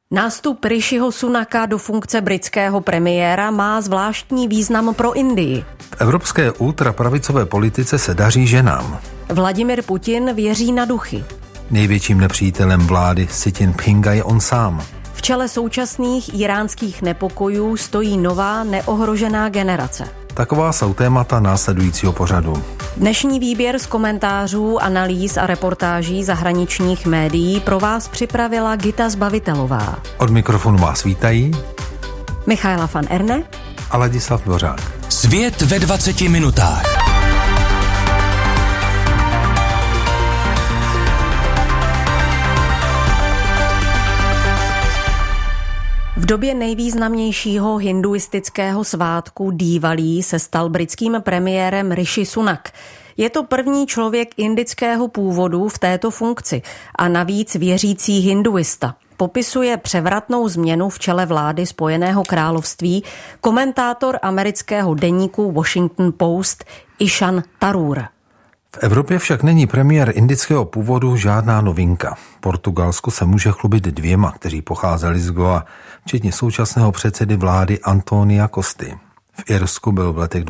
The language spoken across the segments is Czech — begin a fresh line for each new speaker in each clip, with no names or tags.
Nástup Rishiho Sunaka do funkce britského premiéra má zvláštní význam pro Indii.
V evropské ultrapravicové politice se daří ženám.
Vladimir Putin věří na duchy.
Největším nepřítelem vlády Xi Jinpinga je on sám.
V čele současných iránských nepokojů stojí nová neohrožená generace.
Taková jsou témata následujícího pořadu.
Dnešní výběr z komentářů, analýz a reportáží zahraničních médií pro vás připravila Gita Zbavitelová.
Od mikrofonu vás vítají
Michaela van Erne
a Ladislav Dvořák.
Svět ve 20 minutách.
V době nejvýznamnějšího hinduistického svátku Dívalí se stal britským premiérem Rishi Sunak. Je to první člověk indického původu v této funkci a navíc věřící hinduista. Popisuje převratnou změnu v čele vlády Spojeného království komentátor amerického deníku Washington Post Ishan Tharoor.
V Evropě však není premiér indického původu žádná novinka. Portugalsko se může chlubit dvěma, kteří pocházeli z Goa, včetně současného předsedy vlády Antonia Costy. V Irsku byl v letech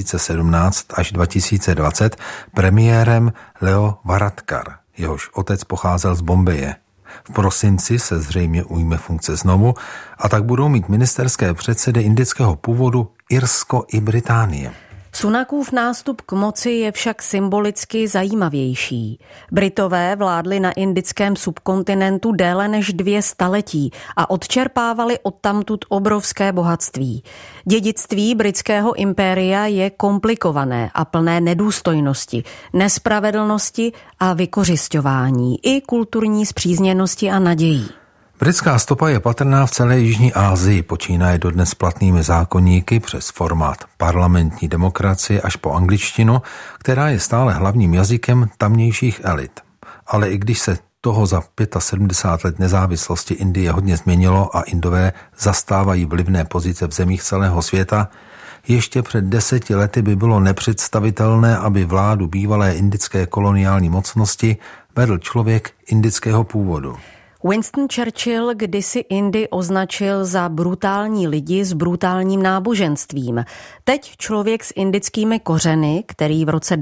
2017 až 2020 premiérem Leo Varadkar, jehož otec pocházel z Bombeje. V prosinci se zřejmě ujme funkce znovu a tak budou mít ministerské předsedy indického původu Irsko i Británie.
Sunakův nástup k moci je však symbolicky zajímavější. Britové vládli na indickém subkontinentu déle než 2 staletí a odčerpávali odtamtud obrovské bohatství. Dědictví britského impéria je komplikované a plné nedůstojnosti, nespravedlnosti a vykořisťování, i kulturní spřízněnosti a nadějí.
Britská stopa je patrná v celé Jižní Asii, počínaje dodnes platnými zákoníky přes formát parlamentní demokracie až po angličtinu, která je stále hlavním jazykem tamnějších elit. Ale i když se toho za 75 let nezávislosti Indie hodně změnilo a Indové zastávají vlivné pozice v zemích celého světa, ještě před 10 lety by bylo nepředstavitelné, aby vládu bývalé indické koloniální mocnosti vedl člověk indického původu.
Winston Churchill kdysi Indii označil za brutální lidi s brutálním náboženstvím. Teď člověk s indickými kořeny, který v roce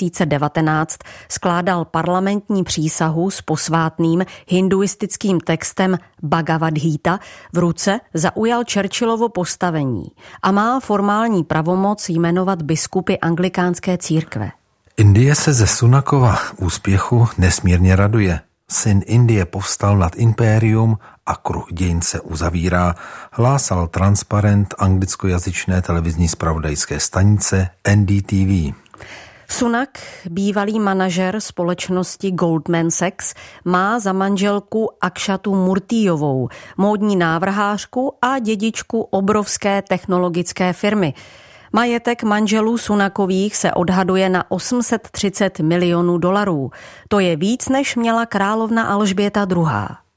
2019 skládal parlamentní přísahu s posvátným hinduistickým textem Bhagavad Gita, v ruce zaujal Churchillovo postavení a má formální pravomoc jmenovat biskupy anglikánské církve.
Indie se ze Sunakova úspěchu nesmírně raduje. Syn Indie povstal nad impérium a kruh dějin se uzavírá, hlásal transparent anglickojazyčné televizní zpravodajské stanice NDTV.
Sunak, bývalý manažer společnosti Goldman Sachs, má za manželku Akshatu Murtyovou, módní návrhářku a dědičku obrovské technologické firmy. Majetek manželů Sunakových se odhaduje na $830 milionů. To je víc, než měla královna Alžběta II.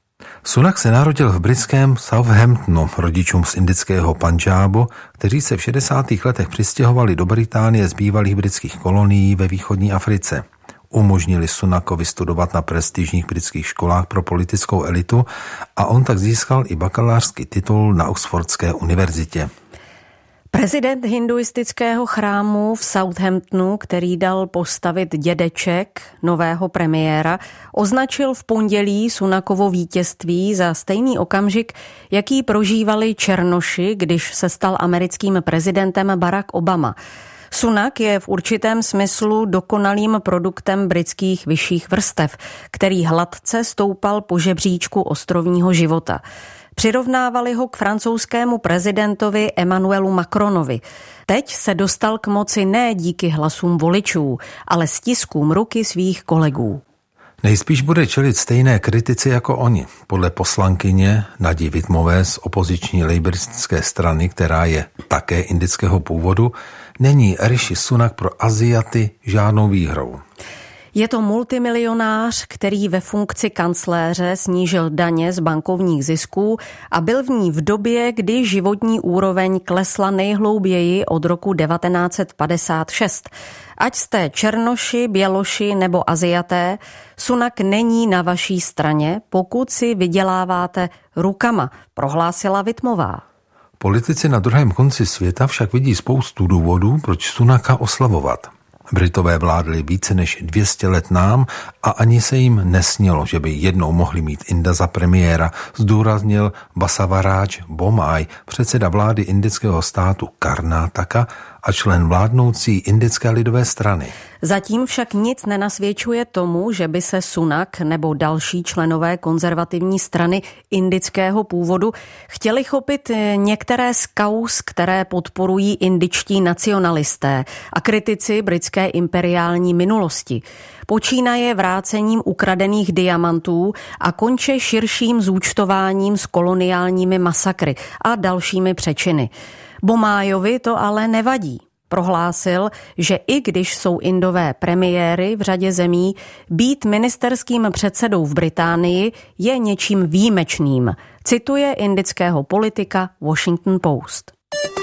Sunak se narodil v britském Southamptonu rodičům z indického Pandžábu, kteří se v 60. letech přistěhovali do Británie z bývalých britských kolonií ve východní Africe. Umožnili Sunakovi studovat na prestižních britských školách pro politickou elitu a on tak získal i bakalářský titul na Oxfordské univerzitě.
Prezident hinduistického chrámu v Southamptonu, který dal postavit dědeček nového premiéra, označil v pondělí Sunakovo vítězství za stejný okamžik, jaký prožívali černoši, když se stal americkým prezidentem Barack Obama. Sunak je v určitém smyslu dokonalým produktem britských vyšších vrstev, který hladce stoupal po žebříčku ostrovního života. Přirovnávali ho k francouzskému prezidentovi Emmanuelu Macronovi. Teď se dostal k moci ne díky hlasům voličů, ale stiskům ruky svých kolegů.
Nejspíš bude čelit stejné kritici jako oni. Podle poslankyně Nadi Whitmové z opoziční laboristické strany, která je také indického původu, není Rishi Sunak pro Aziaty žádnou výhrou.
Je to multimilionář, který ve funkci kancléře snížil daně z bankovních zisků a byl v ní v době, kdy životní úroveň klesla nejhlouběji od roku 1956. Ať jste černoši, běloši nebo Aziaté, Sunak není na vaší straně, pokud si vyděláváte rukama, prohlásila Witmová.
Politici na druhém konci světa však vidí spoustu důvodů, proč Sunaka oslavovat. Britové vládli více než 200 let nám a ani se jim nesnilo, že by jednou mohli mít Inda za premiéra, zdůraznil Basavaraj Bommai, předseda vlády indického státu Karnataka a člen vládnoucí Indické lidové strany.
Zatím však nic nenasvědčuje tomu, že by se Sunak nebo další členové konzervativní strany indického původu chtěli chopit některé z kauz, které podporují indičtí nacionalisté a kritici britské imperiální minulosti. Počínaje vrácením ukradených diamantů a konče širším zúčtováním s koloniálními masakry a dalšími přečiny. Bommaiovi to ale nevadí. Prohlásil, že i když jsou Indové premiéry v řadě zemí, být ministerským předsedou v Británii je něčím výjimečným, cituje indického politika Washington Post.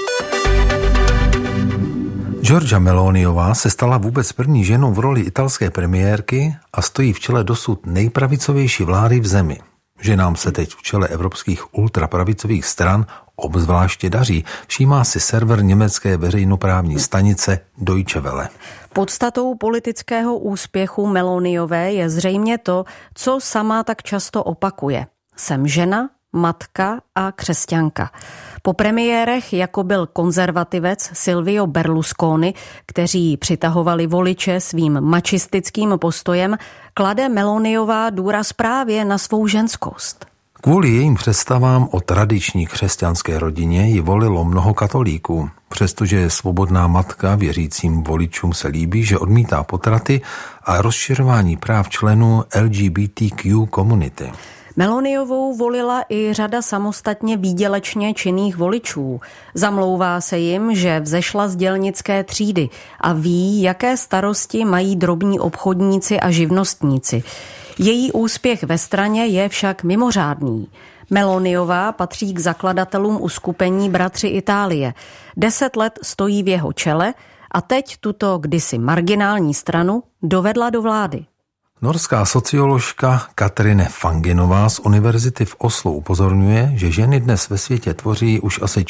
Giorgia Meloniová se stala vůbec první ženou v roli italské premiérky a stojí v čele dosud nejpravicovější vlády v zemi. Ženám se teď v čele evropských ultrapravicových stran obzvláště daří, všímá si server německé veřejnoprávní stanice Deutsche Welle.
Podstatou politického úspěchu Meloniové je zřejmě to, co sama tak často opakuje. Jsem žena, matka a křesťanka. Po premiérech, jako byl konzervativec Silvio Berlusconi, kteří přitahovali voliče svým mačistickým postojem, klade Meloniová důraz právě na svou ženskost.
Kvůli jejím představám o tradiční křesťanské rodině ji volilo mnoho katolíků. Přestože je svobodná matka, věřícím voličům se líbí, že odmítá potraty a rozšiřování práv členů LGBTQ komunity.
Meloniovou volila i řada samostatně výdělečně činných voličů. Zamlouvá se jim, že vzešla z dělnické třídy a ví, jaké starosti mají drobní obchodníci a živnostníci. Její úspěch ve straně je však mimořádný. Meloniová patří k zakladatelům uskupení Bratři Itálie. 10 let stojí v jeho čele a teď tuto kdysi marginální stranu dovedla do vlády.
Norská socioložka Katrine Fanginová z univerzity v Oslu upozorňuje, že ženy dnes ve světě tvoří už asi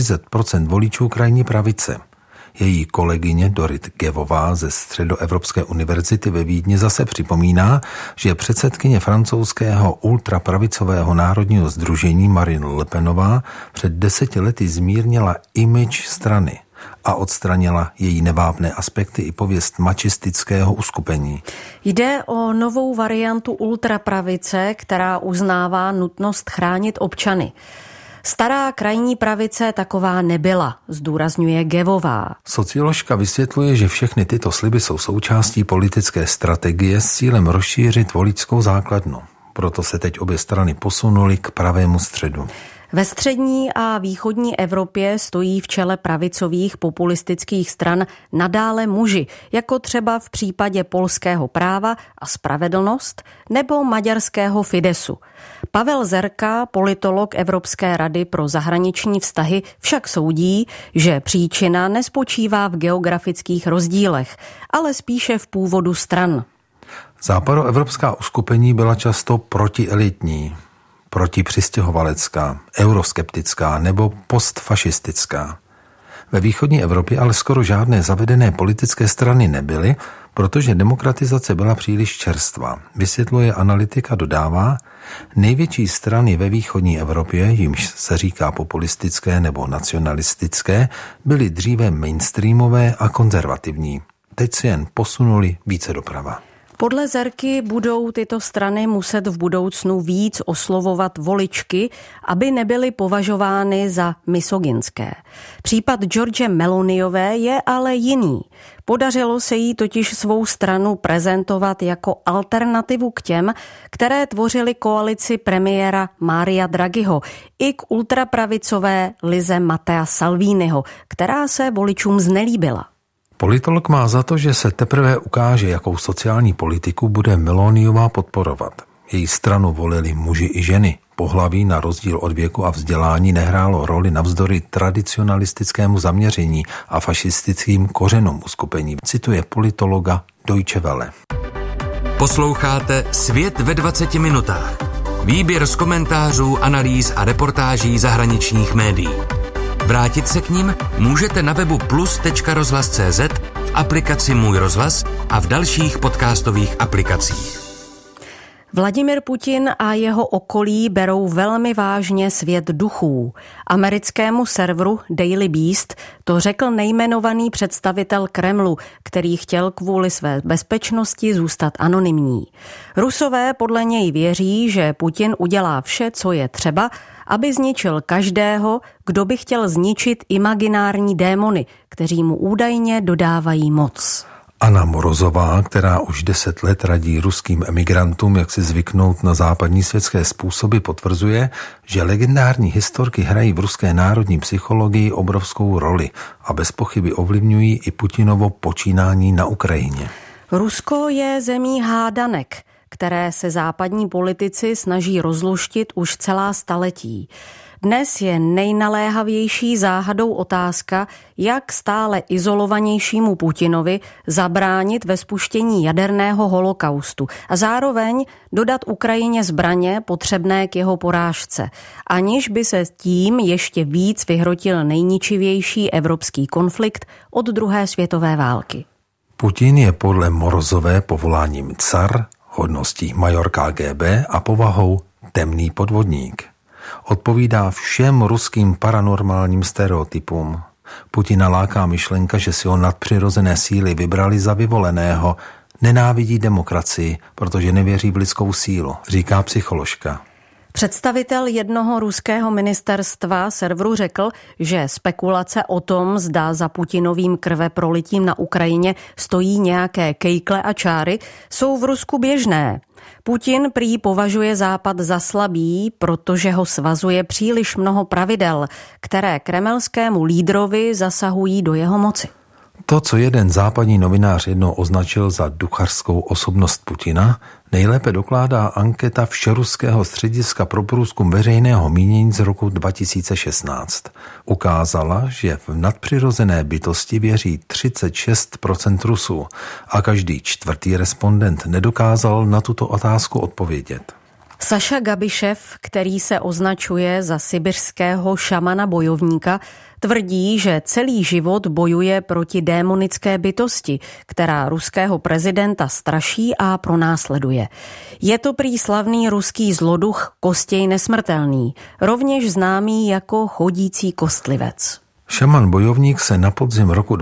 40% voličů krajní pravice. Její kolegyně Dorit Gevová ze Středoevropské univerzity ve Vídni zase připomíná, že předsedkyně francouzského ultrapravicového národního sdružení Marine Le Penová před 10 lety zmírnila image strany a odstranila její nevábné aspekty i pověst mačistického uskupení.
Jde o novou variantu ultrapravice, která uznává nutnost chránit občany. Stará krajní pravice taková nebyla, zdůrazňuje Gevová.
Socioložka vysvětluje, že všechny tyto sliby jsou součástí politické strategie s cílem rozšířit voličskou základnu. Proto se teď obě strany posunuly k pravému středu.
Ve střední a východní Evropě stojí v čele pravicových populistických stran nadále muži, jako třeba v případě Polského práva a spravedlnost nebo maďarského Fidesu. Pavel Zerka, politolog Evropské rady pro zahraniční vztahy, však soudí, že příčina nespočívá v geografických rozdílech, ale spíše v původu stran.
Západoevropská uskupení byla často protielitní, protipřistěhovalecká, euroskeptická nebo postfašistická. Ve východní Evropě ale skoro žádné zavedené politické strany nebyly, protože demokratizace byla příliš čerstvá. Vysvětluje analytika, dodává, největší strany ve východní Evropě, jimž se říká populistické nebo nacionalistické, byly dříve mainstreamové a konzervativní. Teď se jen posunuli více doprava.
Podle Zerky budou tyto strany muset v budoucnu víc oslovovat voličky, aby nebyly považovány za misogynské. Případ Giorgie Meloniové je ale jiný. Podařilo se jí totiž svou stranu prezentovat jako alternativu k těm, které tvořily koalici premiéra Maria Draghiho i k ultrapravicové Lize Mattea Salviniho, která se voličům znelíbila.
Politolog má za to, že se teprve ukáže, jakou sociální politiku bude Meloniová podporovat. Její stranu volili muži i ženy. Pohlaví na rozdíl od věku a vzdělání nehrálo roli navzdory tradicionalistickému zaměření a fašistickým kořenům uskupení, cituje politologa Deutsche Welle.
Posloucháte Svět ve 20 minutách. Výběr z komentářů, analýz a reportáží zahraničních médií. Vrátit se k nim můžete na webu plus.rozhlas.cz, v aplikaci Můj rozhlas a v dalších podcastových aplikacích.
Vladimir Putin a jeho okolí berou velmi vážně svět duchů. Americkému serveru Daily Beast to řekl nejmenovaný představitel Kremlu, který chtěl kvůli své bezpečnosti zůstat anonymní. Rusové podle něj věří, že Putin udělá vše, co je třeba, aby zničil každého, kdo by chtěl zničit imaginární démony, kteří mu údajně dodávají moc.
Anna Morozová, která už 10 let radí ruským emigrantům, jak si zvyknout na západní světské způsoby, potvrzuje, že legendární historky hrají v ruské národní psychologii obrovskou roli a bez pochyby ovlivňují i Putinovo počínání na Ukrajině.
Rusko je zemí hádanek, které se západní politici snaží rozluštit už celá staletí. Dnes je nejnaléhavější záhadou otázka, jak stále izolovanějšímu Putinovi zabránit ve spuštění jaderného holokaustu a zároveň dodat Ukrajině zbraně potřebné k jeho porážce, aniž by se tím ještě víc vyhrotil nejničivější evropský konflikt od druhé světové války.
Putin je podle Morozové povoláním car, hodností major KGB a povahou temný podvodník. Odpovídá všem ruským paranormálním stereotypům. Putina láká myšlenka, že si ho nadpřirozené síly vybrali za vyvoleného. Nenávidí demokracii, protože nevěří v lidskou sílu, říká psycholožka.
Představitel jednoho ruského ministerstva serveru řekl, že spekulace o tom, zda za Putinovým krveprolitím na Ukrajině stojí nějaké kejkle a čáry, jsou v Rusku běžné. Putin prý považuje Západ za slabý, protože ho svazuje příliš mnoho pravidel, které kremelskému lídrovi zasahují do jeho moci.
To, co jeden západní novinář jednou označil za duchařskou osobnost Putina, nejlépe dokládá anketa Všeruského střediska pro průzkum veřejného mínění z roku 2016. Ukázala, že v nadpřirozené bytosti věří 36% Rusů a každý čtvrtý respondent nedokázal na tuto otázku odpovědět.
Saša Gabišev, který se označuje za sibiřského šamana bojovníka, tvrdí, že celý život bojuje proti démonické bytosti, která ruského prezidenta straší a pronásleduje. Je to prý slavný ruský zloduch Kostěj Nesmrtelný, rovněž známý jako chodící kostlivec.
Šaman bojovník se na podzim roku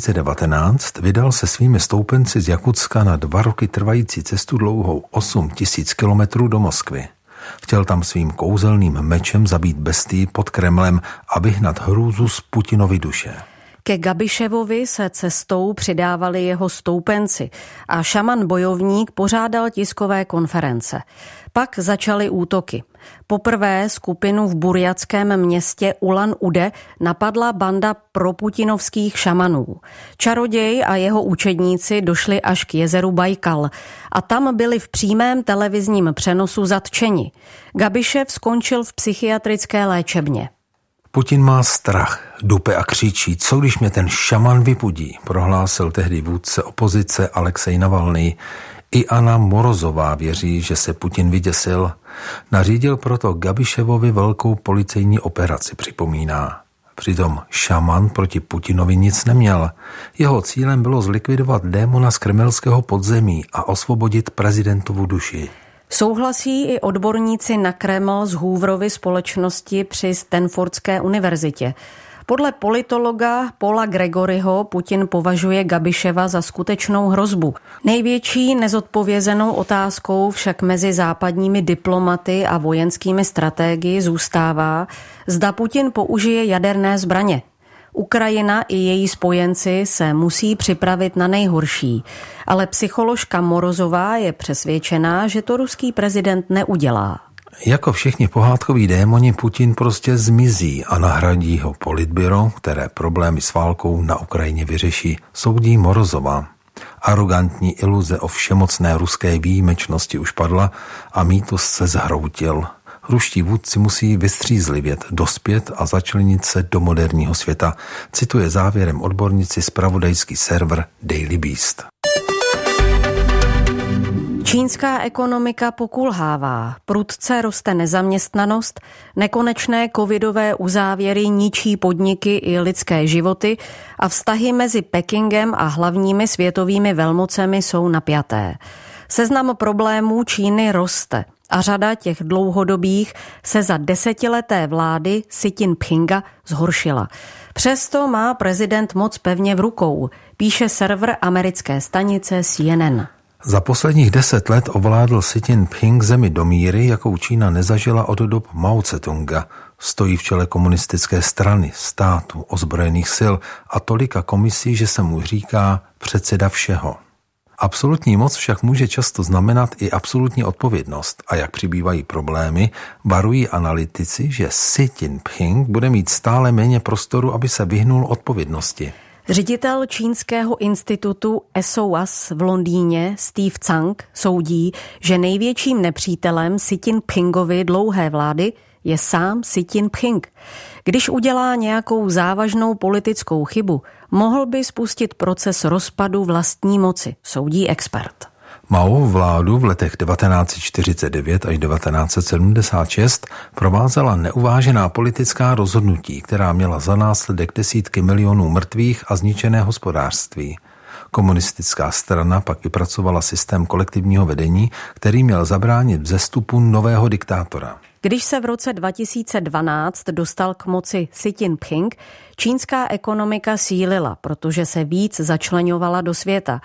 2019 vydal se svými stoupenci z Jakutska na 2 roky trvající cestu dlouhou 8 000 kilometrů do Moskvy. Chtěl tam svým kouzelným mečem zabít bestii pod Kremlem a vyhnat hrůzu z Putinovy duše.
Ke Gabiševovi se cestou přidávali jeho stoupenci a šaman bojovník pořádal tiskové konference. Pak začaly útoky. Poprvé skupinu v burjatském městě Ulan-Ude napadla banda proputinovských šamanů. Čaroděj a jeho učedníci došli až k jezeru Bajkal a tam byli v přímém televizním přenosu zatčeni. Gabišev skončil v psychiatrické léčebně.
Putin má strach, dupe a křičí, co když mě ten šaman vypudí, prohlásil tehdy vůdce opozice Alexej Navalnyj. I Anna Morozová věří, že se Putin vyděsil. Nařídil proto Gabiševovi velkou policejní operaci, připomíná. Přitom šaman proti Putinovi nic neměl. Jeho cílem bylo zlikvidovat démona z kremelského podzemí a osvobodit prezidentovu duši.
Souhlasí i odborníci na Kreml z Hooverovy společnosti při Stanfordské univerzitě. Podle politologa Paula Gregoryho Putin považuje Gabiševa za skutečnou hrozbu. Největší nezodpovězenou otázkou však mezi západními diplomaty a vojenskými strategy zůstává, zda Putin použije jaderné zbraně. Ukrajina i její spojenci se musí připravit na nejhorší, ale psycholožka Morozová je přesvědčená, že to ruský prezident neudělá.
Jako všichni pohádkoví démoni Putin prostě zmizí a nahradí ho politbyro, které problémy s válkou na Ukrajině vyřeší, soudí Morozová. Arogantní iluze o všemocné ruské výjimečnosti už padla a mýtus se zhroutil. Ruští vůdci musí vystřízlivět, dospět a začlenit se do moderního světa, cituje závěrem odbornici zpravodajský server Daily Beast.
Čínská ekonomika pokulhává, prudce roste nezaměstnanost, nekonečné covidové uzávěry ničí podniky i lidské životy a vztahy mezi Pekingem a hlavními světovými velmocemi jsou napjaté. Seznam problémů Číny roste a řada těch dlouhodobých se za desetileté vlády Xi Jinpinga zhoršila. Přesto má prezident moc pevně v rukou, píše server americké stanice CNN.
Za posledních 10 let ovládl Xi Jinping zemi do míry, jakou Čína nezažila od dob Mao Tse-tunga. Stojí v čele komunistické strany, státu, ozbrojených sil a tolika komisí, že se mu říká předseda všeho. Absolutní moc však může často znamenat i absolutní odpovědnost a jak přibývají problémy, varují analytici, že Xi Jinping bude mít stále méně prostoru, aby se vyhnul odpovědnosti.
Ředitel čínského institutu SOAS v Londýně Steve Tsang soudí, že největším nepřítelem Xi Jinpingovy dlouhé vlády je sám Xi Jinping. Když udělá nějakou závažnou politickou chybu, mohl by spustit proces rozpadu vlastní moci, soudí expert.
Maovu vládu v letech 1949 až 1976 provázela neuvážená politická rozhodnutí, která měla za následek desítky milionů mrtvých a zničené hospodářství. Komunistická strana pak vypracovala systém kolektivního vedení, který měl zabránit vzestupu nového diktátora.
Když se v roce 2012 dostal k moci Xi Jinping, čínská ekonomika sílila, protože se víc začleňovala do světa.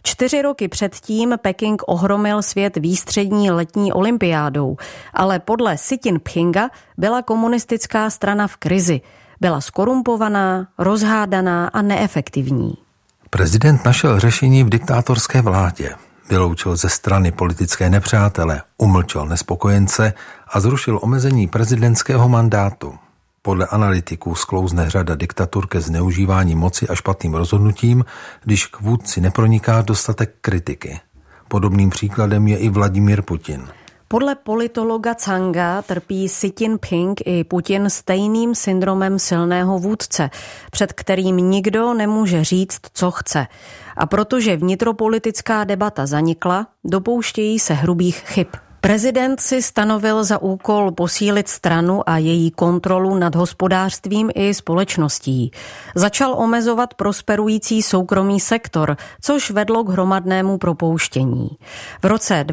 4 roky předtím Peking ohromil svět výstřední letní olympiádou, ale podle Xi Jinpinga byla komunistická strana v krizi. Byla skorumpovaná, rozhádaná a neefektivní.
Prezident našel řešení v diktátorské vládě. Vyloučil ze strany politické nepřátele, umlčel nespokojence a zrušil omezení prezidentského mandátu. Podle analytiků sklouzne řada diktatur ke zneužívání moci a špatným rozhodnutím, když k vůdci neproniká dostatek kritiky. Podobným příkladem je i Vladimír Putin.
Podle politologa Tsanga trpí Xi Jinping i Putin stejným syndromem silného vůdce, před kterým nikdo nemůže říct, co chce. A protože vnitropolitická debata zanikla, dopouštějí se hrubých chyb. Prezident si stanovil za úkol posílit stranu a její kontrolu nad hospodářstvím i společností. Začal omezovat prosperující soukromý sektor, což vedlo k hromadnému propouštění. V roce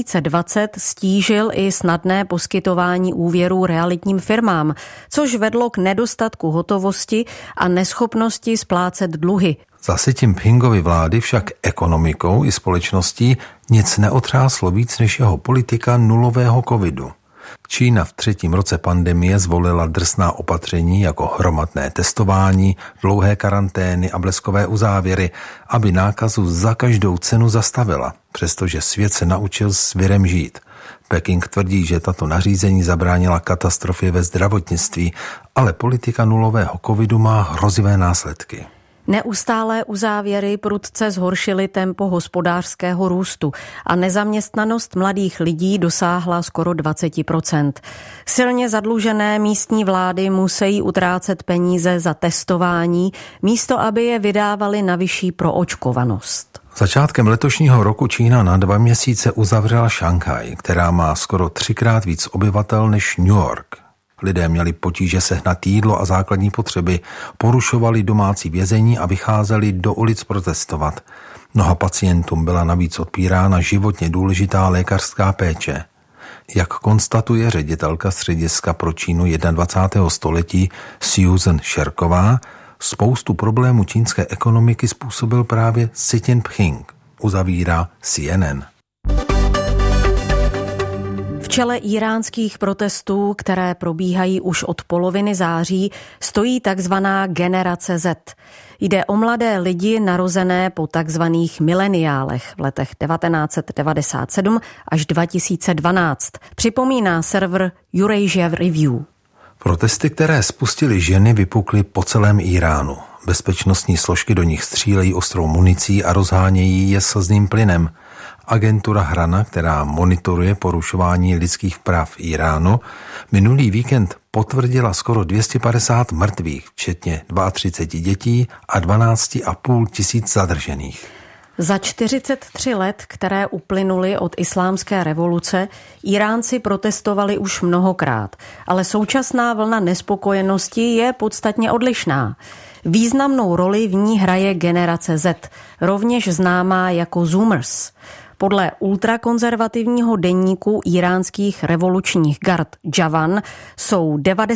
2020 stížil i snadné poskytování úvěrů realitním firmám, což vedlo k nedostatku hotovosti a neschopnosti splácet dluhy.
Za Xi Jinpingovy vlády však ekonomikou i společností nic neotřáslo víc než jeho politika nulového covidu. Čína v 3. roce pandemie zvolila drsná opatření jako hromadné testování, dlouhé karantény a bleskové uzávěry, aby nákazu za každou cenu zastavila, přestože svět se naučil s virem žít. Peking tvrdí, že tato nařízení zabránila katastrofě ve zdravotnictví, ale politika nulového covidu má hrozivé následky.
Neustálé uzávěry prudce zhoršily tempo hospodářského růstu a nezaměstnanost mladých lidí dosáhla skoro 20%. Silně zadlužené místní vlády musí utrácet peníze za testování, místo aby je vydávali na vyšší proočkovanost.
Začátkem letošního roku Čína na 2 měsíce uzavřela Šanghaj, která má skoro 3krát víc obyvatel než New York. Lidé měli potíže sehnat jídlo a základní potřeby, porušovali domácí vězení a vycházeli do ulic protestovat. Mnoha pacientům byla navíc odpírána životně důležitá lékařská péče. Jak konstatuje ředitelka Střediska pro Čínu 21. století Susan Sherková, spoustu problémů čínské ekonomiky způsobil právě Xi Jinping, uzavírá CNN.
V V čele íránských protestů, které probíhají už od poloviny září, stojí takzvaná generace Z. Jde o mladé lidi narozené po takzvaných mileniálech v letech 1997 až 2012. Připomíná server Eurasia Review.
Protesty, které spustily ženy, vypukly po celém Íránu. Bezpečnostní složky do nich střílejí ostrou municí a rozhánějí je slzným plynem. Agentura Hrana, která monitoruje porušování lidských práv v Íránu, minulý víkend potvrdila skoro 250 mrtvých, včetně 32 dětí a 12,5 tisíc zadržených.
Za 43 let, které uplynuly od islámské revoluce, Íránci protestovali už mnohokrát, ale současná vlna nespokojenosti je podstatně odlišná. Významnou roli v ní hraje generace Z, rovněž známá jako Zoomers. Podle ultrakonzervativního deníku íránských revolučních gard Javan jsou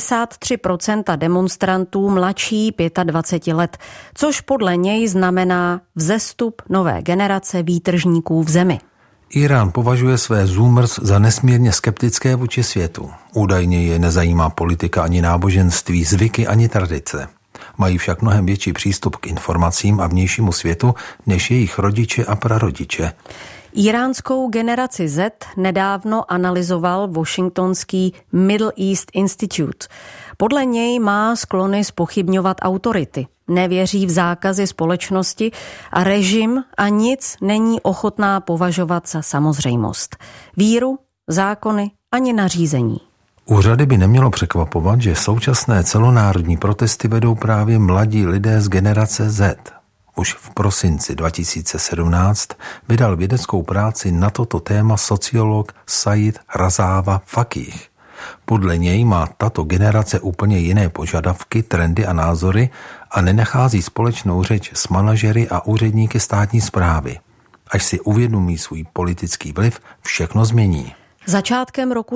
93% demonstrantů mladší 25 let, což podle něj znamená vzestup nové generace výtržníků v zemi.
Írán považuje své Zoomers za nesmírně skeptické vůči světu. Údajně je nezajímá politika ani náboženství, zvyky ani tradice. Mají však mnohem větší přístup k informacím a vnějšímu světu než jejich rodiče a prarodiče.
Iránskou generaci Z nedávno analyzoval washingtonský Middle East Institute. Podle něj má sklony zpochybňovat autority, nevěří v zákazy společnosti a režim a nic není ochotná považovat za samozřejmost. Víru, zákony ani nařízení.
Úřady by nemělo překvapovat, že současné celonárodní protesty vedou právě mladí lidé z generace Z. Už v prosinci 2017 vydal vědeckou práci na toto téma sociolog Said Razáva Fakih. Podle něj má tato generace úplně jiné požadavky, trendy a názory a nenachází společnou řeč s manažery a úředníky státní správy. Až si uvědomí svůj politický vliv, všechno změní.
Začátkem roku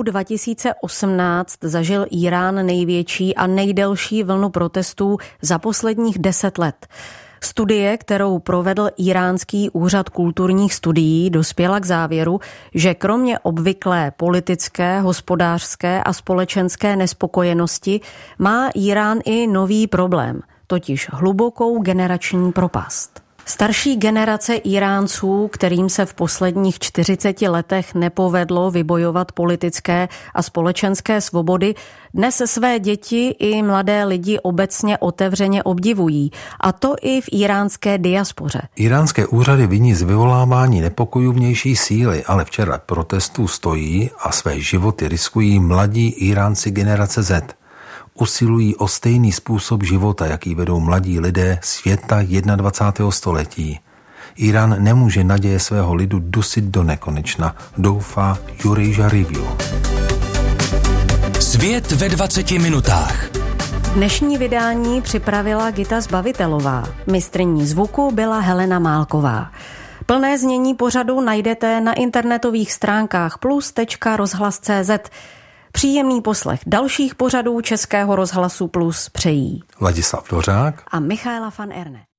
2018 zažil Írán největší a nejdelší vlnu protestů za posledních 10 let. Studie, kterou provedl Íránský úřad kulturních studií, dospěla k závěru, že kromě obvyklé politické, hospodářské a společenské nespokojenosti má Írán i nový problém, totiž hlubokou generační propast. Starší generace Íránců, kterým se v posledních 40 letech nepovedlo vybojovat politické a společenské svobody, dnes své děti i mladé lidi obecně otevřeně obdivují, a to i v íránské diaspoře.
Íránské úřady viní z vyvolávání nepokojů vnější síly, ale v čele protestů stojí a své životy riskují mladí Íránci generace Z. Usilují o stejný způsob života, jaký vedou mladí lidé světa 21. století. Írán nemůže naděje svého lidu dusit do nekonečna, doufá Eurasia Review.
Svět ve 20 minutách.
Dnešní vydání připravila Gita Zbavitelová. Mistryní zvuku byla Helena Málková. Plné znění pořadu najdete na internetových stránkách plus.rozhlas.cz. Příjemný poslech dalších pořadů Českého rozhlasu Plus přejí
Ladislav Dvořák
a Michaela van Erne.